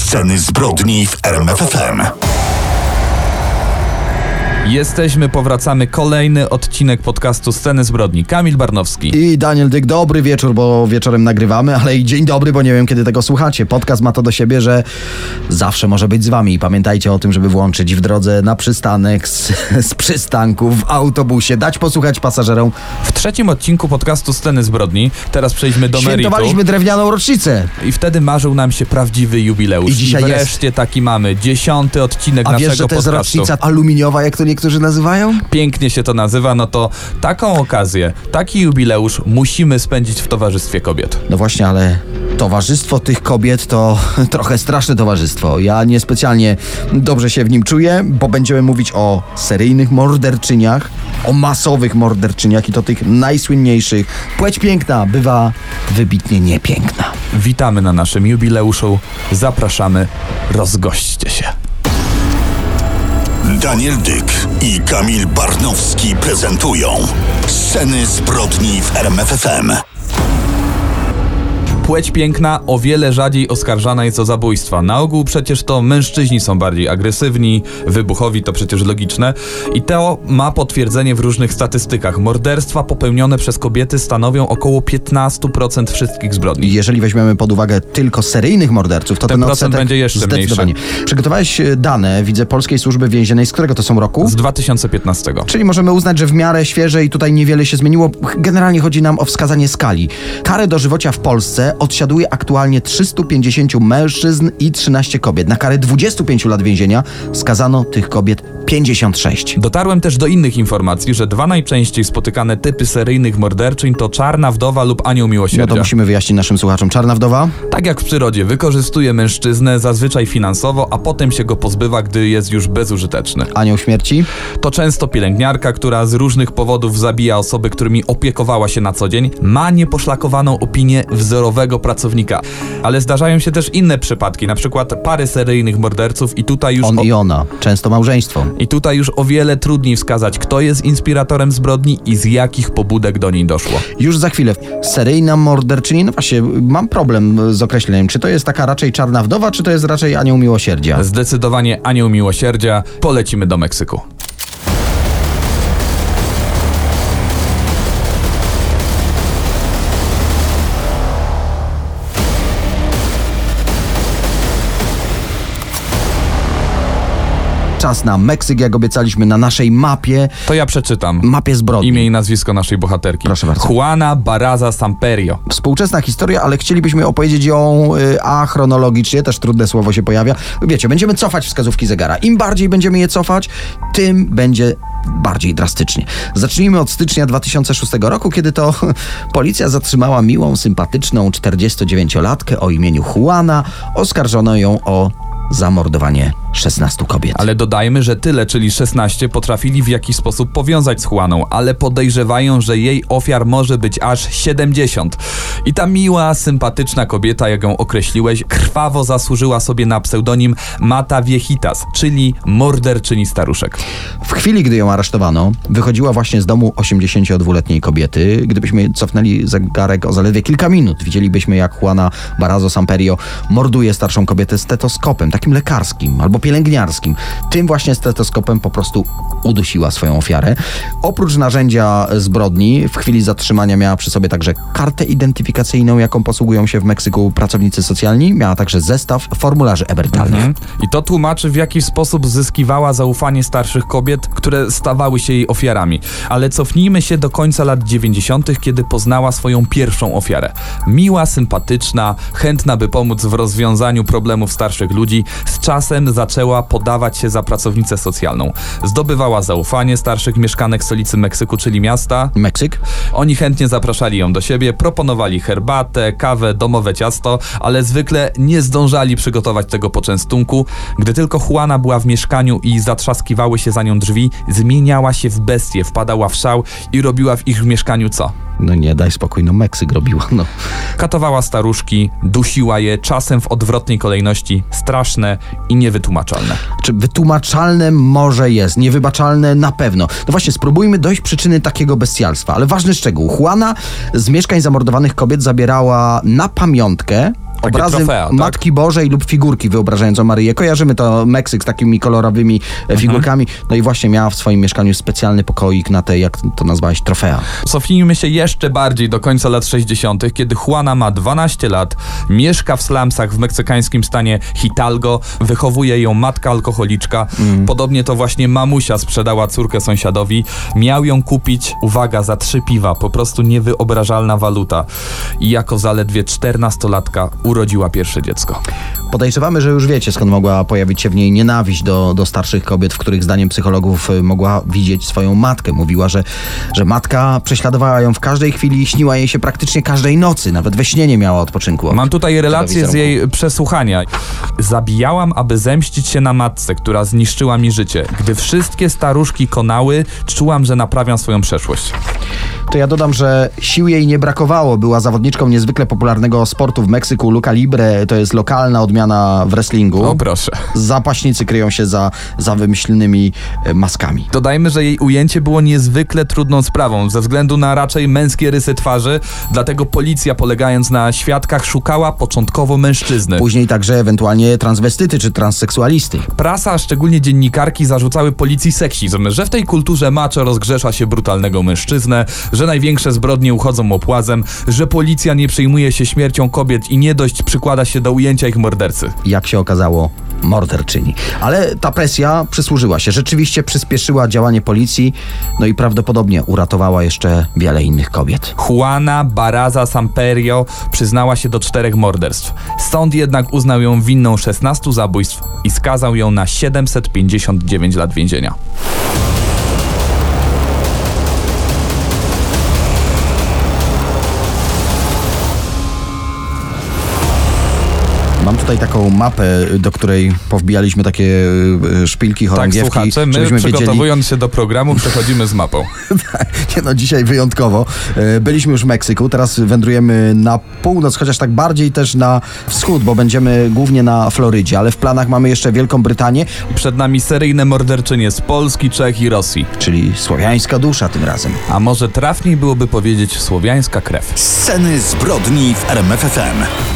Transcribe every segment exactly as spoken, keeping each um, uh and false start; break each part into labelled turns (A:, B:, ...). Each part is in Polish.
A: Sceny zbrodni w R M F F M.
B: Jesteśmy, powracamy. Kolejny odcinek podcastu Sceny zbrodni. Kamil Barnowski
C: i Daniel Dyk. Dobry wieczór, bo wieczorem nagrywamy, ale i dzień dobry, bo nie wiem, kiedy tego słuchacie. Podcast ma to do siebie, że zawsze może być z wami. I pamiętajcie o tym, żeby włączyć w drodze na przystanek, z, z przystanku, w autobusie, dać posłuchać pasażerom.
B: W trzecim odcinku podcastu Sceny zbrodni, teraz przejdźmy do meritum.
C: Świętowaliśmy drewnianą rocznicę.
B: I wtedy marzył nam się prawdziwy jubileusz.
C: I dzisiaj
B: I wreszcie
C: jest.
B: taki mamy. Dziesiąty odcinek
C: A
B: naszego
C: wiesz, że to jest
B: podcastu.
C: rocznica aluminiowa, jak to niektórzy nazywają?
B: Pięknie się to nazywa, no to taką okazję, taki jubileusz musimy spędzić w towarzystwie kobiet.
C: No właśnie, ale towarzystwo tych kobiet to trochę straszne towarzystwo. Ja niespecjalnie dobrze się w nim czuję, bo będziemy mówić o seryjnych morderczyniach, o masowych morderczyniach i to tych najsłynniejszych. Płeć piękna bywa wybitnie niepiękna.
B: Witamy na naszym jubileuszu, zapraszamy, rozgośćcie się.
A: Daniel Dyk i Kamil Barnowski prezentują Sceny zbrodni w R M F F M.
B: Płeć piękna o wiele rzadziej oskarżana jest o zabójstwa. Na ogół przecież to mężczyźni są bardziej agresywni, wybuchowi, to przecież logiczne. I to ma potwierdzenie w różnych statystykach. Morderstwa popełnione przez kobiety stanowią około piętnaście procent wszystkich zbrodni.
C: Jeżeli weźmiemy pod uwagę tylko seryjnych morderców, to
B: ten, ten procent będzie jeszcze
C: zdecydowanie
B: mniejszy.
C: Przygotowałeś dane, widzę, Polskiej Służby Więziennej. Z którego to są roku?
B: Z dwa tysiące piętnastego.
C: Czyli możemy uznać, że w miarę świeże i tutaj niewiele się zmieniło. Generalnie chodzi nam o wskazanie skali. Karę dożywocia w Polsce odsiaduje aktualnie trzystu pięćdziesięciu mężczyzn i trzynaście kobiet. Na karę dwudziestu pięciu lat więzienia skazano tych kobiet pięćdziesiąt sześć.
B: Dotarłem też do innych informacji, że dwa najczęściej spotykane typy seryjnych morderczyń to czarna wdowa lub anioł miłosierdzia.
C: No to musimy wyjaśnić naszym słuchaczom. Czarna wdowa?
B: Tak jak w przyrodzie, wykorzystuje mężczyznę zazwyczaj finansowo, a potem się go pozbywa, gdy jest już bezużyteczny.
C: Anioł śmierci?
B: To często pielęgniarka, która z różnych powodów zabija osoby, którymi opiekowała się na co dzień, ma nieposzlakowaną opinię wzorowego pracownika. Ale zdarzają się też inne przypadki, na przykład pary seryjnych morderców i tutaj już...
C: On
B: o...
C: i ona. Często małżeństwo.
B: I tutaj już o wiele trudniej wskazać, kto jest inspiratorem zbrodni i z jakich pobudek do niej doszło.
C: Już za chwilę. Seryjna morderczyni? No właśnie, mam problem z określeniem. Czy to jest taka raczej czarna wdowa, czy to jest raczej anioł miłosierdzia?
B: Zdecydowanie anioł miłosierdzia. Polecimy do Meksyku.
C: Czas na Meksyk, jak obiecaliśmy, na naszej mapie.
B: To ja przeczytam.
C: Mapie zbrodni.
B: Imię i nazwisko naszej bohaterki.
C: Proszę bardzo.
B: Juana Barraza Samperio.
C: Współczesna historia, ale chcielibyśmy opowiedzieć ją y, achronologicznie, też trudne słowo się pojawia. Wiecie, będziemy cofać wskazówki zegara. Im bardziej będziemy je cofać, tym będzie bardziej drastycznie. Zacznijmy od stycznia dwa tysiące szóstego roku, kiedy to policja zatrzymała miłą, sympatyczną czterdziestodziewięciolatkę o imieniu Juana. Oskarżono ją o zamordowanie szesnastu kobiet.
B: Ale dodajmy, że tyle, czyli szesnaście, potrafili w jakiś sposób powiązać z Juaną, ale podejrzewają, że jej ofiar może być aż siedemdziesiąt. I ta miła, sympatyczna kobieta, jak ją określiłeś, krwawo zasłużyła sobie na pseudonim Mata Viejitas, czyli morderczyni staruszek.
C: W chwili, gdy ją aresztowano, wychodziła właśnie z domu osiemdziesięciodwuletniej kobiety. Gdybyśmy cofnęli zegarek o zaledwie kilka minut, widzielibyśmy, jak Juana Barraza Samperio morduje starszą kobietę stetoskopem, takim lekarskim albo pielęgniarskim. Tym właśnie stetoskopem po prostu udusiła swoją ofiarę. Oprócz narzędzia zbrodni w chwili zatrzymania miała przy sobie także kartę identyfikacyjną, jaką posługują się w Meksyku pracownicy socjalni. Miała także zestaw formularzy emerytalnych.
B: Mhm. I to tłumaczy, w jaki sposób zyskiwała zaufanie starszych kobiet, które stawały się jej ofiarami. Ale cofnijmy się do końca lat dziewięćdziesiątych, kiedy poznała swoją pierwszą ofiarę. Miła, sympatyczna, chętna, by pomóc w rozwiązaniu problemów starszych ludzi, z czasem zaczęła podawać się za pracownicę socjalną. Zdobywała zaufanie starszych mieszkanek stolicy Meksyku, czyli miasta.
C: Meksyk?
B: Oni chętnie zapraszali ją do siebie, proponowali herbatę, kawę, domowe ciasto, ale zwykle nie zdążali przygotować tego poczęstunku. Gdy tylko Juana była w mieszkaniu i zatrzaskiwały się za nią drzwi, zmieniała się w bestię, wpadała w szał i robiła w ich mieszkaniu co?
C: No nie, daj spokój, no Meksyk robiła, no.
B: Katowała staruszki, dusiła je, czasem w odwrotnej kolejności, straszne i niewytłumaczalne.
C: Czy wytłumaczalne może jest, niewybaczalne na pewno. No właśnie, spróbujmy dojść przyczyny takiego bestialstwa, ale ważny szczegół. Juana z mieszkań zamordowanych kobiet zabierała na pamiątkę obrazy
B: trofea, tak?
C: Matki Bożej lub figurki wyobrażającą Maryję. Kojarzymy to Meksyk z takimi kolorowymi mhm. figurkami. No i właśnie miała w swoim mieszkaniu specjalny pokoik na te, jak to nazwałeś, trofea.
B: Cofnijmy się jeszcze bardziej do końca lat sześćdziesiątych, kiedy Juana ma dwanaście lat, mieszka w slumsach w meksykańskim stanie Hidalgo, wychowuje ją matka alkoholiczka. Mm. Podobnie to właśnie mamusia sprzedała córkę sąsiadowi. Miał ją kupić, uwaga, za trzy piwa, po prostu niewyobrażalna waluta. I jako zaledwie czternastolatka urodziła pierwsze dziecko.
C: Podejrzewamy, że już wiecie, skąd mogła pojawić się w niej nienawiść do, do starszych kobiet, w których zdaniem psychologów mogła widzieć swoją matkę. Mówiła, że, że matka prześladowała ją w każdej chwili, śniła jej się praktycznie każdej nocy, nawet we śnie nie miała odpoczynku.
B: Mam tutaj relację z jej przesłuchania. Zabijałam, aby zemścić się na matce, która zniszczyła mi życie. Gdy wszystkie staruszki konały, czułam, że naprawiam swoją przeszłość.
C: To ja dodam, że sił jej nie brakowało. Była zawodniczką niezwykle popularnego sportu w Meksyku. Lucha Libre to jest lokalna odmiana w wrestlingu.
B: O proszę.
C: Zapaśnicy kryją się za, za wymyślnymi maskami.
B: Dodajmy, że jej ujęcie było niezwykle trudną sprawą, ze względu na raczej męskie rysy twarzy, dlatego policja, polegając na świadkach, szukała początkowo mężczyzny.
C: Później także ewentualnie transwestyty czy transseksualisty.
B: Prasa, a szczególnie dziennikarki, zarzucały policji seksizm, że w tej kulturze macho rozgrzesza się brutalnego mężczyznę, że największe zbrodnie uchodzą opłazem, że policja nie przejmuje się śmiercią kobiet i nie dość przykłada się do ujęcia ich mordercy.
C: Jak się okazało, morderczyni. Ale ta presja przysłużyła się. Rzeczywiście przyspieszyła działanie policji, no i prawdopodobnie uratowała jeszcze wiele innych kobiet.
B: Juana Barraza Samperio przyznała się do czterech morderstw. Sąd jednak uznał ją winną szesnastu zabójstw i skazał ją na siedemset pięćdziesiąt dziewięć lat więzienia.
C: Mam tutaj taką mapę, do której powbijaliśmy takie szpilki, chorągiewki.
B: Tak, słuchacze, my przygotowując wiedzieli... się do programu przechodzimy z mapą.
C: Nie no, dzisiaj wyjątkowo. Byliśmy już w Meksyku, teraz wędrujemy na północ, chociaż tak bardziej też na wschód, bo będziemy głównie na Florydzie, ale w planach mamy jeszcze Wielką Brytanię.
B: Przed nami seryjne morderczynie z Polski, Czech i Rosji.
C: Czyli słowiańska dusza tym razem.
B: A może trafniej byłoby powiedzieć słowiańska krew.
A: Sceny zbrodni w R M F F M.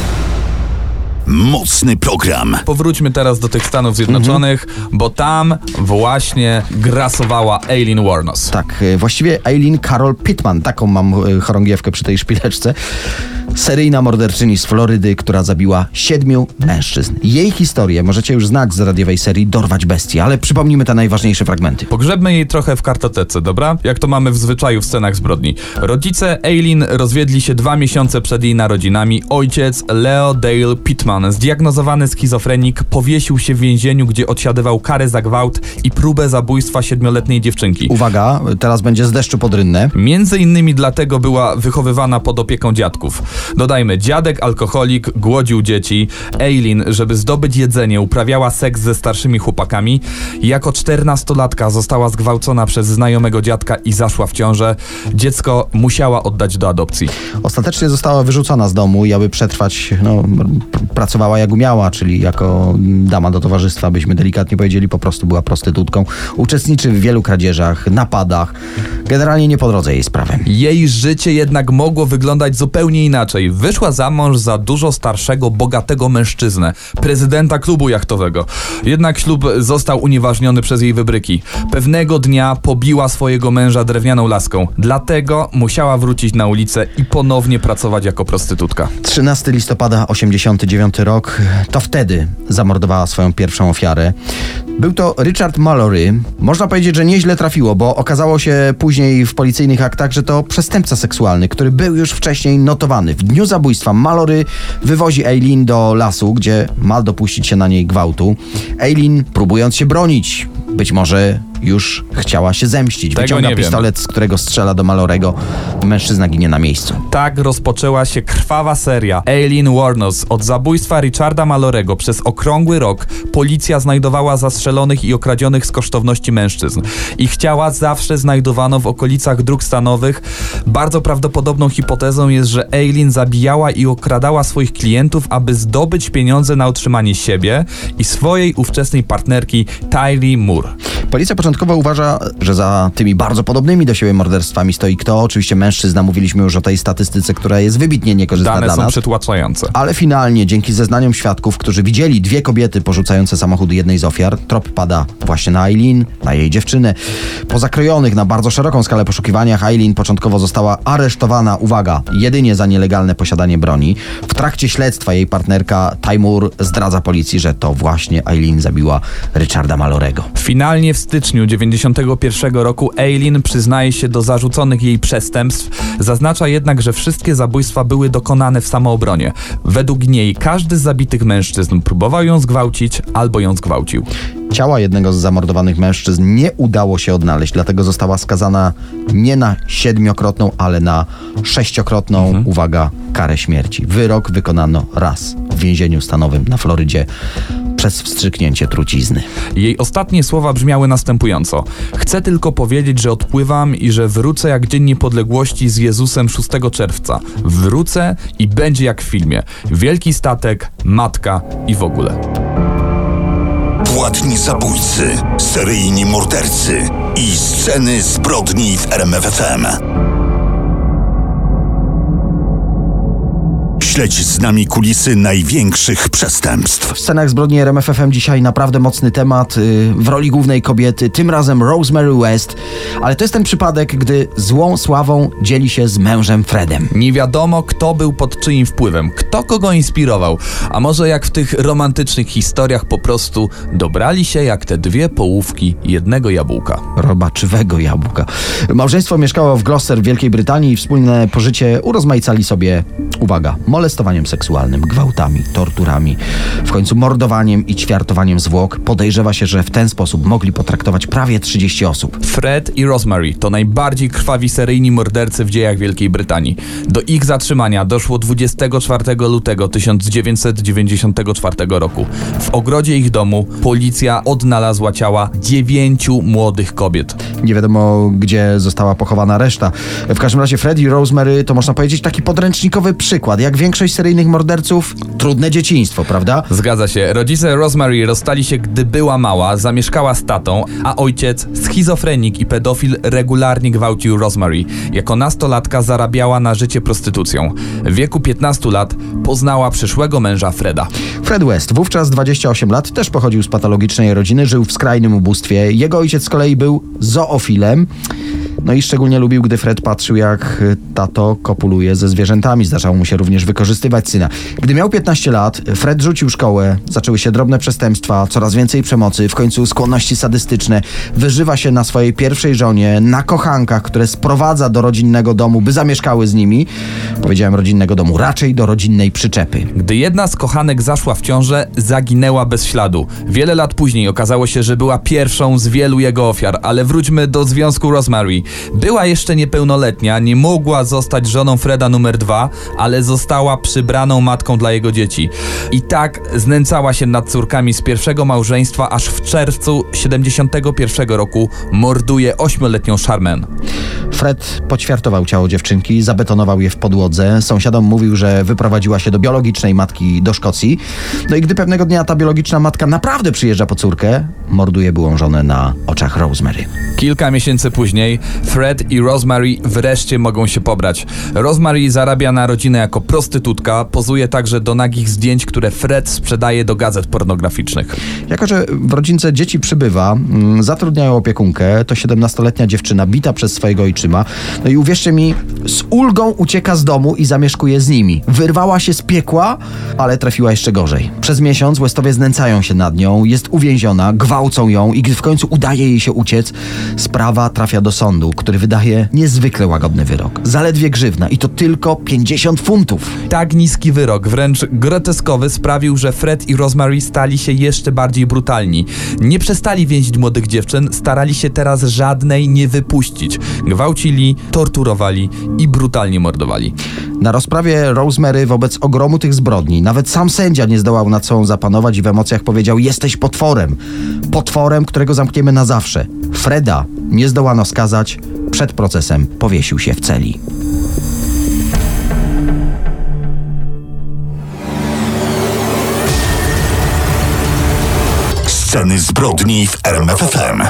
A: Mocny program.
B: Powróćmy teraz do tych Stanów Zjednoczonych, mm-hmm. bo tam właśnie grasowała Aileen Wuornos.
C: Tak, właściwie Aileen Carol Pittman, taką mam chorągiewkę przy tej szpileczce. Seryjna morderczyni z Florydy, która zabiła siedmiu mężczyzn. Jej historię możecie już znać z radiowej serii Dorwać Bestie, ale przypomnijmy te najważniejsze fragmenty.
B: Pogrzebmy jej trochę w kartotece, dobra? Jak to mamy w zwyczaju w scenach zbrodni. Rodzice Aileen rozwiedli się dwa miesiące przed jej narodzinami. Ojciec Leo Dale Pittman, zdiagnozowany schizofrenik, powiesił się w więzieniu, gdzie odsiadywał karę za gwałt i próbę zabójstwa siedmioletniej dziewczynki.
C: Uwaga, teraz będzie z deszczu pod rynnę.
B: Między innymi dlatego była wychowywana pod opieką dziadków. Dodajmy, dziadek alkoholik głodził dzieci. Aileen, żeby zdobyć jedzenie, uprawiała seks ze starszymi chłopakami. Jako czternastolatka została zgwałcona przez znajomego dziadka i zaszła w ciążę. Dziecko musiała oddać do adopcji.
C: Ostatecznie została wyrzucona z domu i aby przetrwać, no, pracowała jak umiała, czyli jako dama do towarzystwa, byśmy delikatnie powiedzieli, po prostu była prostytutką. Uczestniczy w wielu kradzieżach, napadach. Generalnie nie po drodze jej sprawy.
B: Jej życie jednak mogło wyglądać zupełnie inaczej. Wyszła za mąż za dużo starszego, bogatego mężczyznę, prezydenta klubu jachtowego. Jednak ślub został unieważniony przez jej wybryki. Pewnego dnia pobiła swojego męża drewnianą laską. Dlatego musiała wrócić na ulicę i ponownie pracować jako prostytutka.
C: trzynastego listopada osiemdziesiąty dziewiąty rok. To wtedy zamordowała swoją pierwszą ofiarę. Był to Richard Mallory. Można powiedzieć, że nieźle trafiło, bo okazało się później w policyjnych aktach, że to przestępca seksualny, który był już wcześniej notowany. W dniu zabójstwa Mallory wywozi Aileen do lasu, gdzie ma dopuścić się na niej gwałtu. Aileen, próbując się bronić, być może już chciała się zemścić.
B: Tego
C: Wyciąga
B: nie
C: pistolet,
B: wiem.
C: z którego strzela do Mallorego. Mężczyzna ginie na miejscu.
B: Tak rozpoczęła się krwawa seria Aileen Wuornos. Od zabójstwa Richarda Mallorego przez okrągły rok policja znajdowała zastrzelonych i okradzionych z kosztowności mężczyzn. Ich ciała zawsze znajdowano w okolicach dróg stanowych. Bardzo prawdopodobną hipotezą jest, że Aileen zabijała i okradała swoich klientów, aby zdobyć pieniądze na utrzymanie siebie i swojej ówczesnej partnerki Tylee Moore. gór.
C: Policja początkowo uważa, że za tymi bardzo podobnymi do siebie morderstwami stoi kto? Oczywiście mężczyzna. Mówiliśmy już o tej statystyce, która jest wybitnie niekorzystna
B: Dane
C: dla
B: są
C: nas.
B: przytłaczające.
C: Ale finalnie, dzięki zeznaniom świadków, którzy widzieli dwie kobiety porzucające samochód jednej z ofiar, trop pada właśnie na Eileen, na jej dziewczynę. Po zakrojonych na bardzo szeroką skalę poszukiwaniach Eileen początkowo została aresztowana, uwaga, jedynie za nielegalne posiadanie broni. W trakcie śledztwa jej partnerka Taimur zdradza policji, że to właśnie Eileen zabiła Richarda Malorego.
B: Finalnie w styczniu dziewięćdziesiątego pierwszego roku Eileen przyznaje się do zarzuconych jej przestępstw. Zaznacza jednak, że wszystkie zabójstwa były dokonane w samoobronie. Według niej każdy z zabitych mężczyzn próbował ją zgwałcić albo ją zgwałcił.
C: Ciała jednego z zamordowanych mężczyzn nie udało się odnaleźć, dlatego została skazana nie na siedmiokrotną, ale na sześciokrotną, mhm. uwaga, karę śmierci. Wyrok wykonano raz w więzieniu stanowym na Florydzie przez wstrzyknięcie trucizny.
B: Jej ostatnie słowa brzmiały następująco. Chcę tylko powiedzieć, że odpływam i że wrócę jak Dzień Niepodległości z Jezusem szóstego czerwca. Wrócę i będzie jak w filmie. Wielki statek, matka i w ogóle.
A: Płatni zabójcy, seryjni mordercy i sceny zbrodni w R M F F M. Śledź z nami kulisy największych przestępstw.
C: W scenach zbrodni R M F F M dzisiaj naprawdę mocny temat. W roli głównej kobiety, tym razem Rosemary West. Ale to jest ten przypadek, gdy złą sławą dzieli się z mężem Fredem.
B: Nie wiadomo, kto był pod czyim wpływem, kto kogo inspirował. A może jak w tych romantycznych historiach po prostu dobrali się jak te dwie połówki jednego jabłka.
C: Robaczywego jabłka. Małżeństwo mieszkało w Gloucester w Wielkiej Brytanii i wspólne pożycie urozmaicali sobie, uwaga, molestowaniem seksualnym, gwałtami, torturami, w końcu mordowaniem i ćwiartowaniem zwłok. Podejrzewa się, że w ten sposób mogli potraktować prawie trzydzieści osób.
B: Fred i Rosemary to najbardziej krwawi seryjni mordercy w dziejach Wielkiej Brytanii. Do ich zatrzymania doszło dwudziestego czwartego lutego tysiąc dziewięćset dziewięćdziesiątego czwartego roku. W ogrodzie ich domu policja odnalazła ciała dziewięciu młodych kobiet.
C: Nie wiadomo, gdzie została pochowana reszta. W każdym razie Fred i Rosemary to, można powiedzieć, taki podręcznikowy przykład. Jak większość seryjnych morderców, trudne dzieciństwo, prawda?
B: Zgadza się. Rodzice Rosemary rozstali się, gdy była mała, zamieszkała z tatą, a ojciec, schizofrenik i pedofil, regularnie gwałcił Rosemary. Jako nastolatka zarabiała na życie prostytucją. W wieku piętnastu lat poznała przyszłego męża Freda.
C: Fred West, wówczas dwadzieścia osiem lat, też pochodził z patologicznej rodziny, żył w skrajnym ubóstwie. Jego ojciec z kolei był zoofilem. No i szczególnie lubił, gdy Fred patrzył, jak tato kopuluje ze zwierzętami. Zdarzało mu się również wykorzystywać syna. Gdy miał piętnaście lat, Fred rzucił szkołę, zaczęły się drobne przestępstwa, coraz więcej przemocy, w końcu skłonności sadystyczne. Wyżywa się na swojej pierwszej żonie, na kochankach, które sprowadza do rodzinnego domu, by zamieszkały z nimi. Powiedziałem rodzinnego domu, raczej do rodzinnej przyczepy.
B: Gdy jedna z kochanek zaszła w ciążę, zaginęła bez śladu. Wiele lat później okazało się, że była pierwszą z wielu jego ofiar, ale wróćmy do związku Rosemary. Była jeszcze niepełnoletnia, nie mogła zostać żoną Freda numer dwa, ale została przybraną matką dla jego dzieci. I tak znęcała się nad córkami z pierwszego małżeństwa, aż w czerwcu siedemdziesiątego pierwszego roku morduje ośmioletnią Charmaine.
C: Fred poćwiartował ciało dziewczynki, zabetonował je w podłodze. Sąsiadom mówił, że wyprowadziła się do biologicznej matki do Szkocji. No i gdy pewnego dnia ta biologiczna matka naprawdę przyjeżdża po córkę, morduje byłą żonę na oczach Rosemary.
B: Kilka miesięcy później Fred i Rosemary wreszcie mogą się pobrać. Rosemary zarabia na rodzinę jako prostytutka, pozuje także do nagich zdjęć, które Fred sprzedaje do gazet pornograficznych.
C: Jako że w rodzince dzieci przybywa, zatrudniają opiekunkę, to siedemnastoletnia dziewczyna bita przez swojego ojczyma. No i uwierzcie mi, z ulgą ucieka z domu i zamieszkuje z nimi. Wyrwała się z piekła, ale trafiła jeszcze gorzej. Przez miesiąc Westowie znęcają się nad nią, jest uwięziona, gwałcą ją i gdy w końcu udaje jej się uciec, sprawa trafia do sądu, który wydaje niezwykle łagodny wyrok. Zaledwie grzywna i to tylko pięćdziesiąt funtów.
B: Tak niski wyrok, wręcz groteskowy, sprawił, że Fred i Rosemary stali się jeszcze bardziej brutalni. Nie przestali więzić młodych dziewczyn, starali się teraz żadnej nie wypuścić. Gwałcili, torturowali i brutalnie mordowali.
C: Na rozprawie Rosemary wobec ogromu tych zbrodni nawet sam sędzia nie zdołał nad sobą zapanować i w emocjach powiedział: jesteś potworem. Potworem, którego zamkniemy na zawsze. Freda nie zdołano skazać. Przed procesem powiesił się w celi.
A: Sceny zbrodni w R M F F M.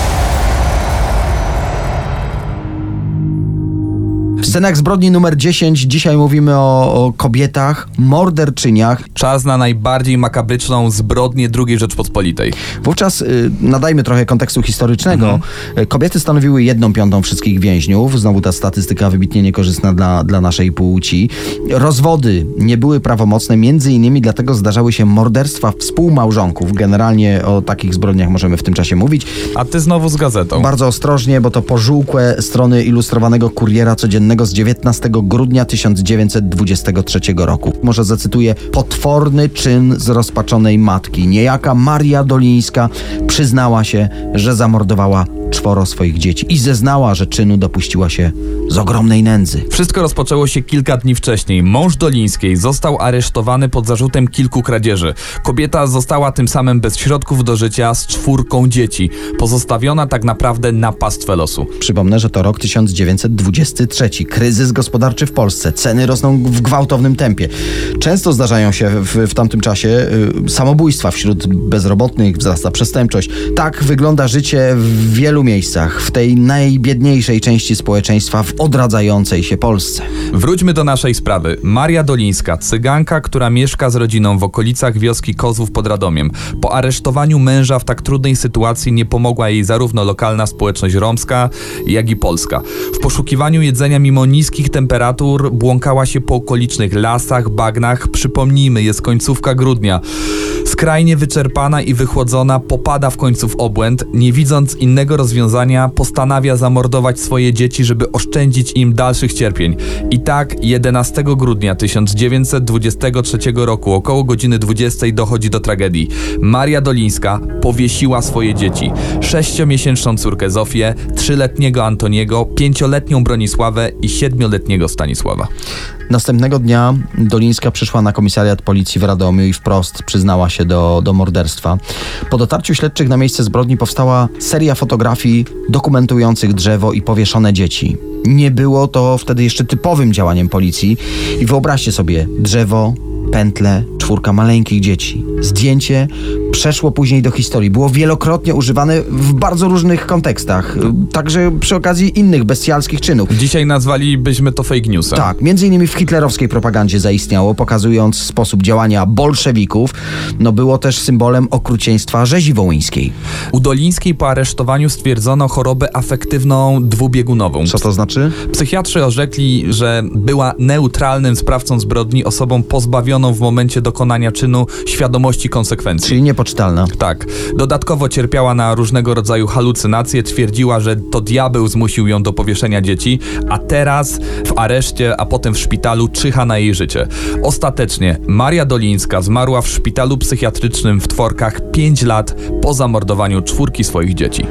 C: W scenach zbrodni numer dziesięć dzisiaj mówimy o, o kobietach, morderczyniach.
B: Czas na najbardziej makabryczną zbrodnię drugiej Rzeczpospolitej.
C: Wówczas y, nadajmy trochę kontekstu historycznego. Mhm. Kobiety stanowiły jedną piątą wszystkich więźniów. Znowu ta statystyka wybitnie niekorzystna dla, dla naszej płci. Rozwody nie były prawomocne, między innymi dlatego zdarzały się morderstwa współmałżonków. Generalnie o takich zbrodniach możemy w tym czasie mówić.
B: A ty znowu z gazetą.
C: Bardzo ostrożnie, bo to pożółkłe strony Ilustrowanego Kuriera Codziennego z dziewiętnastego grudnia tysiąc dziewięćset dwudziestego trzeciego roku. Może zacytuję: potworny czyn zrozpaczonej matki. Niejaka Maria Dolińska przyznała się, że zamordowała czworo swoich dzieci i zeznała, że czynu dopuściła się z ogromnej nędzy.
B: Wszystko rozpoczęło się kilka dni wcześniej. Mąż Dolińskiej został aresztowany pod zarzutem kilku kradzieży. Kobieta została tym samym bez środków do życia z czwórką dzieci, pozostawiona tak naprawdę na pastwę losu.
C: Przypomnę, że to rok tysiąc dziewięćset dwudziesty trzeci. Kryzys gospodarczy w Polsce. Ceny rosną w gwałtownym tempie. Często zdarzają się w, w tamtym czasie y, samobójstwa wśród bezrobotnych, wzrasta przestępczość. Tak wygląda życie w wielu miejscach, w tej najbiedniejszej części społeczeństwa, w odradzającej się Polsce.
B: Wróćmy do naszej sprawy. Maria Dolińska, cyganka, która mieszka z rodziną w okolicach wioski Kozłów pod Radomiem. Po aresztowaniu męża w tak trudnej sytuacji nie pomogła jej zarówno lokalna społeczność romska, jak i polska. W poszukiwaniu jedzenia mimo niskich temperatur błąkała się po okolicznych lasach, bagnach. Przypomnijmy, jest końcówka grudnia. Skrajnie wyczerpana i wychłodzona popada w końcu w obłęd. Nie widząc innego rozwiązania, postanawia zamordować swoje dzieci, żeby oszczędzić im dalszych cierpień. I tak jedenastego grudnia tysiąc dziewięćset dwudziestego trzeciego roku około godziny dwudziestej dochodzi do tragedii. Maria Dolińska powiesiła swoje dzieci. Sześciomiesięczną córkę Zofię, trzyletniego Antoniego, pięcioletnią Bronisławę i siedmioletniego Stanisława.
C: Następnego dnia Dolińska przyszła na komisariat policji w Radomiu i wprost przyznała się do, do morderstwa. Po dotarciu śledczych na miejsce zbrodni powstała seria fotografii dokumentujących drzewo i powieszone dzieci. Nie było to wtedy jeszcze typowym działaniem policji i wyobraźcie sobie drzewo, pętle, czwórka maleńkich dzieci. Zdjęcie przeszło później do historii. Było wielokrotnie używane w bardzo różnych kontekstach. Także przy okazji innych bestialskich czynów.
B: Dzisiaj nazwalibyśmy to fake newsem.
C: Tak, między innymi w hitlerowskiej propagandzie zaistniało, pokazując sposób działania bolszewików. No było też symbolem okrucieństwa rzezi wołyńskiej.
B: U Dolińskiej po aresztowaniu stwierdzono chorobę afektywną dwubiegunową.
C: Co to znaczy?
B: Psychiatrzy orzekli, że była neutralnym sprawcą zbrodni, osobą pozbawioną w momencie dokonania czynu świadomości konsekwencji.
C: Czyli niepoczytalna.
B: Tak. Dodatkowo cierpiała na różnego rodzaju halucynacje, twierdziła, że to diabeł zmusił ją do powieszenia dzieci, a teraz w areszcie, a potem w szpitalu czyha na jej życie. Ostatecznie Maria Dolińska zmarła w szpitalu psychiatrycznym w Tworkach pięć lat po zamordowaniu czwórki swoich dzieci.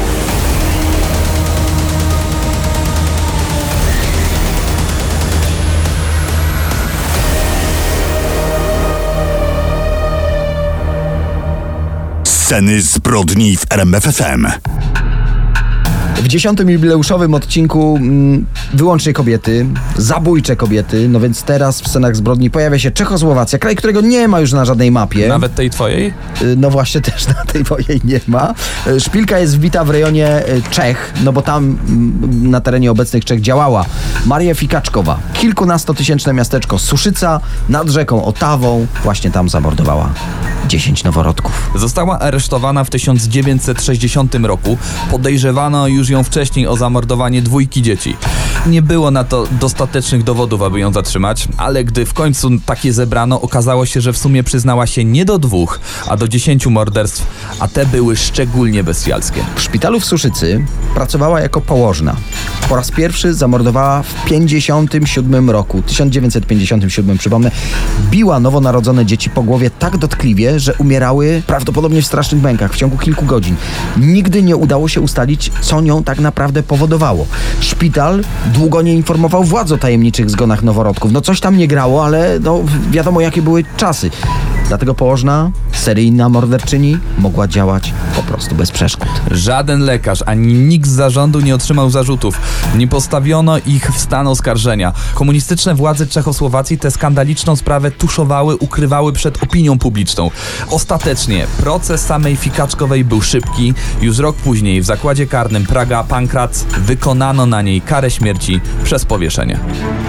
A: Sceny zbrodni w R M F F M.
C: W dziesiątym jubileuszowym odcinku mm, wyłącznie kobiety, zabójcze kobiety, no więc teraz w scenach zbrodni pojawia się Czechosłowacja, kraj, którego nie ma już na żadnej mapie.
B: Nawet tej twojej?
C: No właśnie też na tej mojej nie ma. Szpilka jest wbita w rejonie Czech, no bo tam mm, na terenie obecnych Czech działała Maria Fikaczkowa. Kilkunastotysięczne miasteczko Suszyca nad rzeką Otawą, właśnie tam zamordowała dziesięć noworodków.
B: Została aresztowana w tysiąc dziewięćset sześćdziesiątym roku. Podejrzewano już ją wcześniej o zamordowanie dwójki dzieci. Nie było na to dostatecznych dowodów, aby ją zatrzymać, ale gdy w końcu takie zebrano, okazało się, że w sumie przyznała się nie do dwóch, a do dziesięciu morderstw, a te były szczególnie bestialskie.
C: W szpitalu w Suszycy pracowała jako położna. Po raz pierwszy zamordowała w pięćdziesiątym siódmym roku, tysiąc dziewięćset pięćdziesiątym siódmym, przypomnę, biła nowonarodzone dzieci po głowie tak dotkliwie, że umierały prawdopodobnie w strasznych mękach w ciągu kilku godzin. Nigdy nie udało się ustalić, co nią tak naprawdę powodowało. Szpital długo nie informował władz o tajemniczych zgonach noworodków. No coś tam nie grało, ale no wiadomo jakie były czasy. Dlatego położna, seryjna morderczyni mogła działać po prostu bez przeszkód.
B: Żaden lekarz ani nikt z zarządu nie otrzymał zarzutów. Nie postawiono ich w stan oskarżenia. Komunistyczne władze Czechosłowacji tę skandaliczną sprawę tuszowały, ukrywały przed opinią publiczną. Ostatecznie proces samej Fikaczkowej był szybki. Już rok później w zakładzie karnym Praga-Pankrac wykonano na niej karę śmierci przez powieszenie.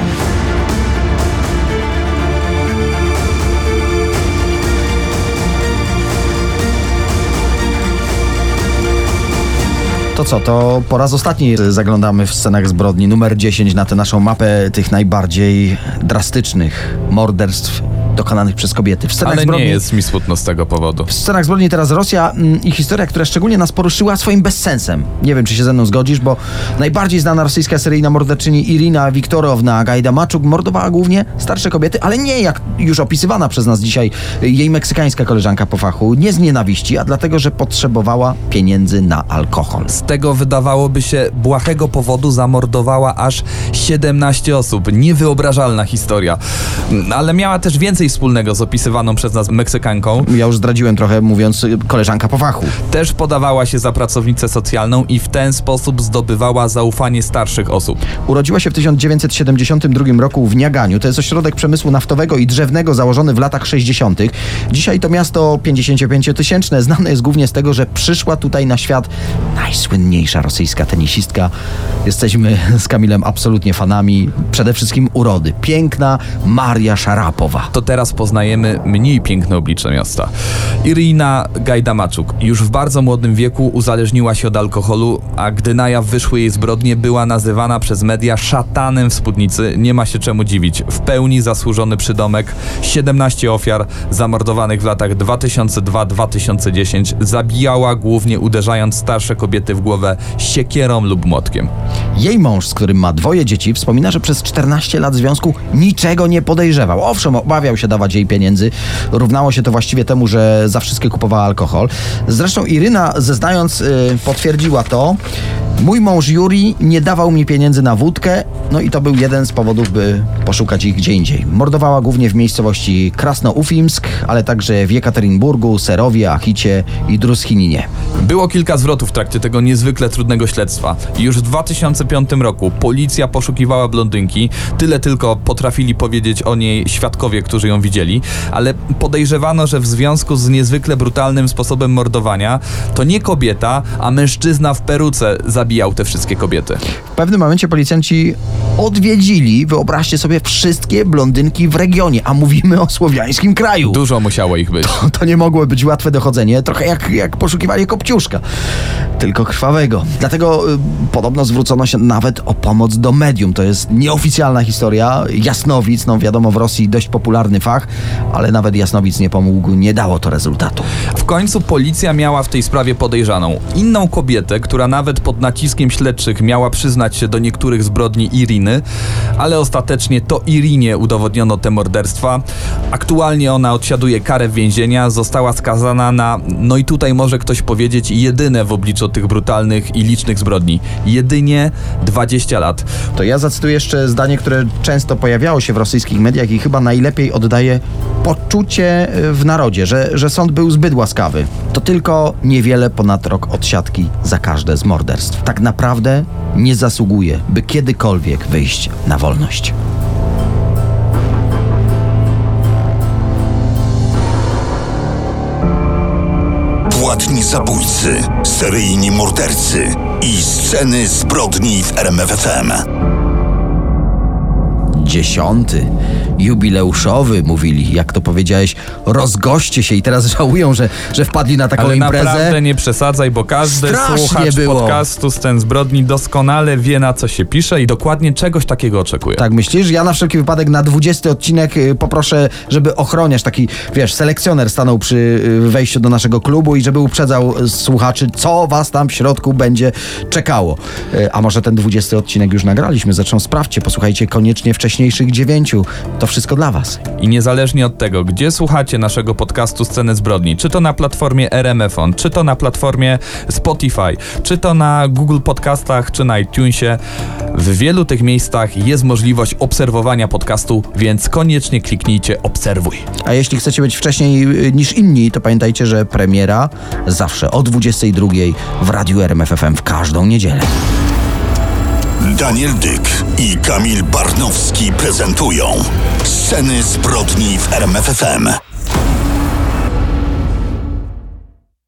C: To co, to po raz ostatni zaglądamy w scenach zbrodni numer dziesięć na tę naszą mapę tych najbardziej drastycznych morderstw dokonanych przez kobiety. W scenach
B: Ale
C: zbrodni,
B: nie jest mi smutno z tego powodu.
C: W scenach zbrodni teraz Rosja mm, i historia, która szczególnie nas poruszyła swoim bezsensem. Nie wiem, czy się ze mną zgodzisz, bo najbardziej znana rosyjska seryjna morderczyni Irina Wiktorowna Gajdamaczuk mordowała głównie starsze kobiety, ale nie jak już opisywana przez nas dzisiaj jej meksykańska koleżanka po fachu, nie z nienawiści, a dlatego, że potrzebowała pieniędzy na alkohol.
B: Z tego wydawałoby się błahego powodu zamordowała aż siedemnaście osób. Niewyobrażalna historia. Ale miała też więcej wspólnego z opisywaną przez nas Meksykanką.
C: Ja już zdradziłem trochę, mówiąc koleżanka po fachu.
B: Też podawała się za pracownicę socjalną i w ten sposób zdobywała zaufanie starszych osób.
C: Urodziła się w tysiąc dziewięćset siedemdziesiątym drugim roku w Niaganiu. To jest ośrodek przemysłu naftowego i drzewnego założony w latach sześćdziesiątych. Dzisiaj to miasto pięćdziesięciopięciotysięczne. Znane jest głównie z tego, że przyszła tutaj na świat najsłynniejsza rosyjska tenisistka. Jesteśmy z Kamilem absolutnie fanami. Przede wszystkim urody. Piękna Maria Szarapowa.
B: To teraz poznajemy mniej piękne oblicze miasta. Irina Gajdamaczuk już w bardzo młodym wieku uzależniła się od alkoholu, a gdy na jaw wyszły jej zbrodnie, była nazywana przez media szatanem w spódnicy. Nie ma się czemu dziwić. W pełni zasłużony przydomek. siedemnaście ofiar zamordowanych w latach dwa tysiące drugi do dwa tysiące dziesiątego. Zabijała głównie uderzając starsze kobiety w głowę siekierą lub młotkiem.
C: Jej mąż, z którym ma dwoje dzieci, wspomina, że przez czternaście lat związku niczego nie podejrzewał. Owszem, obawiał się dawać jej pieniędzy. Równało się to właściwie temu, że za wszystkie kupowała alkohol. Zresztą Iryna, zeznając, yy, potwierdziła to. Mój mąż Juri nie dawał mi pieniędzy na wódkę, no i to był jeden z powodów, by poszukać ich gdzie indziej. Mordowała głównie w miejscowości Krasnoufimsk, ale także w Jekaterinburgu, Serowie, Achicie i Druskininie.
B: Było kilka zwrotów w trakcie tego niezwykle trudnego śledztwa. Już w dwa tysiące piątym roku policja poszukiwała blondynki. Tyle tylko potrafili powiedzieć o niej świadkowie, którzy ją widzieli, ale podejrzewano, że w związku z niezwykle brutalnym sposobem mordowania to nie kobieta, a mężczyzna w peruce zabijał te wszystkie kobiety.
C: W pewnym momencie policjanci odwiedzili, wyobraźcie sobie, wszystkie blondynki w regionie, a mówimy o słowiańskim kraju.
B: Dużo musiało ich być.
C: To, to nie mogło być łatwe dochodzenie, trochę jak, jak poszukiwanie kopciuszka, tylko krwawego. Dlatego y, podobno zwrócono się nawet o pomoc do medium. To jest nieoficjalna historia. Jasnowic, no wiadomo, w Rosji dość popularny fach, ale nawet jasnowic nie pomógł, nie dało to rezultatu.
B: W końcu policja miała w tej sprawie podejrzaną inną kobietę, która nawet pod naciskiem śledczych miała przyznać się do niektórych zbrodni Iriny, ale ostatecznie to Irinie udowodniono te morderstwa. Aktualnie ona odsiaduje karę więzienia, została skazana na, no i tutaj może ktoś powiedzieć, jedyne w obliczu tych brutalnych i licznych zbrodni. Jedynie dwadzieścia lat.
C: To ja zacytuję jeszcze zdanie, które często pojawiało się w rosyjskich mediach i chyba najlepiej oddaje poczucie w narodzie, że, że sąd był zbyt łaskawy. To tylko niewiele ponad rok odsiadki za każde z morderstw. Tak naprawdę nie zasługuje, by kiedykolwiek wyjść na wolność.
A: Płatni zabójcy, seryjni mordercy i sceny zbrodni w R M F F M.
C: Dziesiąty, jubileuszowy, mówili, jak to powiedziałeś, rozgoście się i teraz żałują, że, że wpadli na taką
B: Ale
C: imprezę.
B: naprawdę nie przesadzaj, bo każdy
C: Strasznie
B: słuchacz
C: było.
B: podcastu Scen Zbrodni doskonale wie, na co się pisze i dokładnie czegoś takiego oczekuje.
C: Tak myślisz? Ja na wszelki wypadek na dwudziesty odcinek y, poproszę, żeby ochroniarz, taki, wiesz, selekcjoner stanął przy y, wejściu do naszego klubu i żeby uprzedzał y, słuchaczy, co was tam w środku będzie czekało. Y, a może ten dwudziesty odcinek już nagraliśmy, zresztą sprawdźcie, posłuchajcie koniecznie wcześniejszych dziewięciu. To wszystko dla was.
B: I niezależnie od tego, gdzie słuchacie naszego podcastu Sceny Zbrodni, czy to na platformie R M F on, czy to na platformie Spotify, czy to na Google Podcastach, czy na iTunesie, w wielu tych miejscach jest możliwość obserwowania podcastu, więc koniecznie kliknijcie obserwuj.
C: A jeśli chcecie być wcześniej niż inni, to pamiętajcie, że premiera zawsze o dwudziestej drugiej w Radiu R M F F M w każdą niedzielę.
A: Daniel Dyk i Kamil Barnowski prezentują Sceny Zbrodni w R M F F M.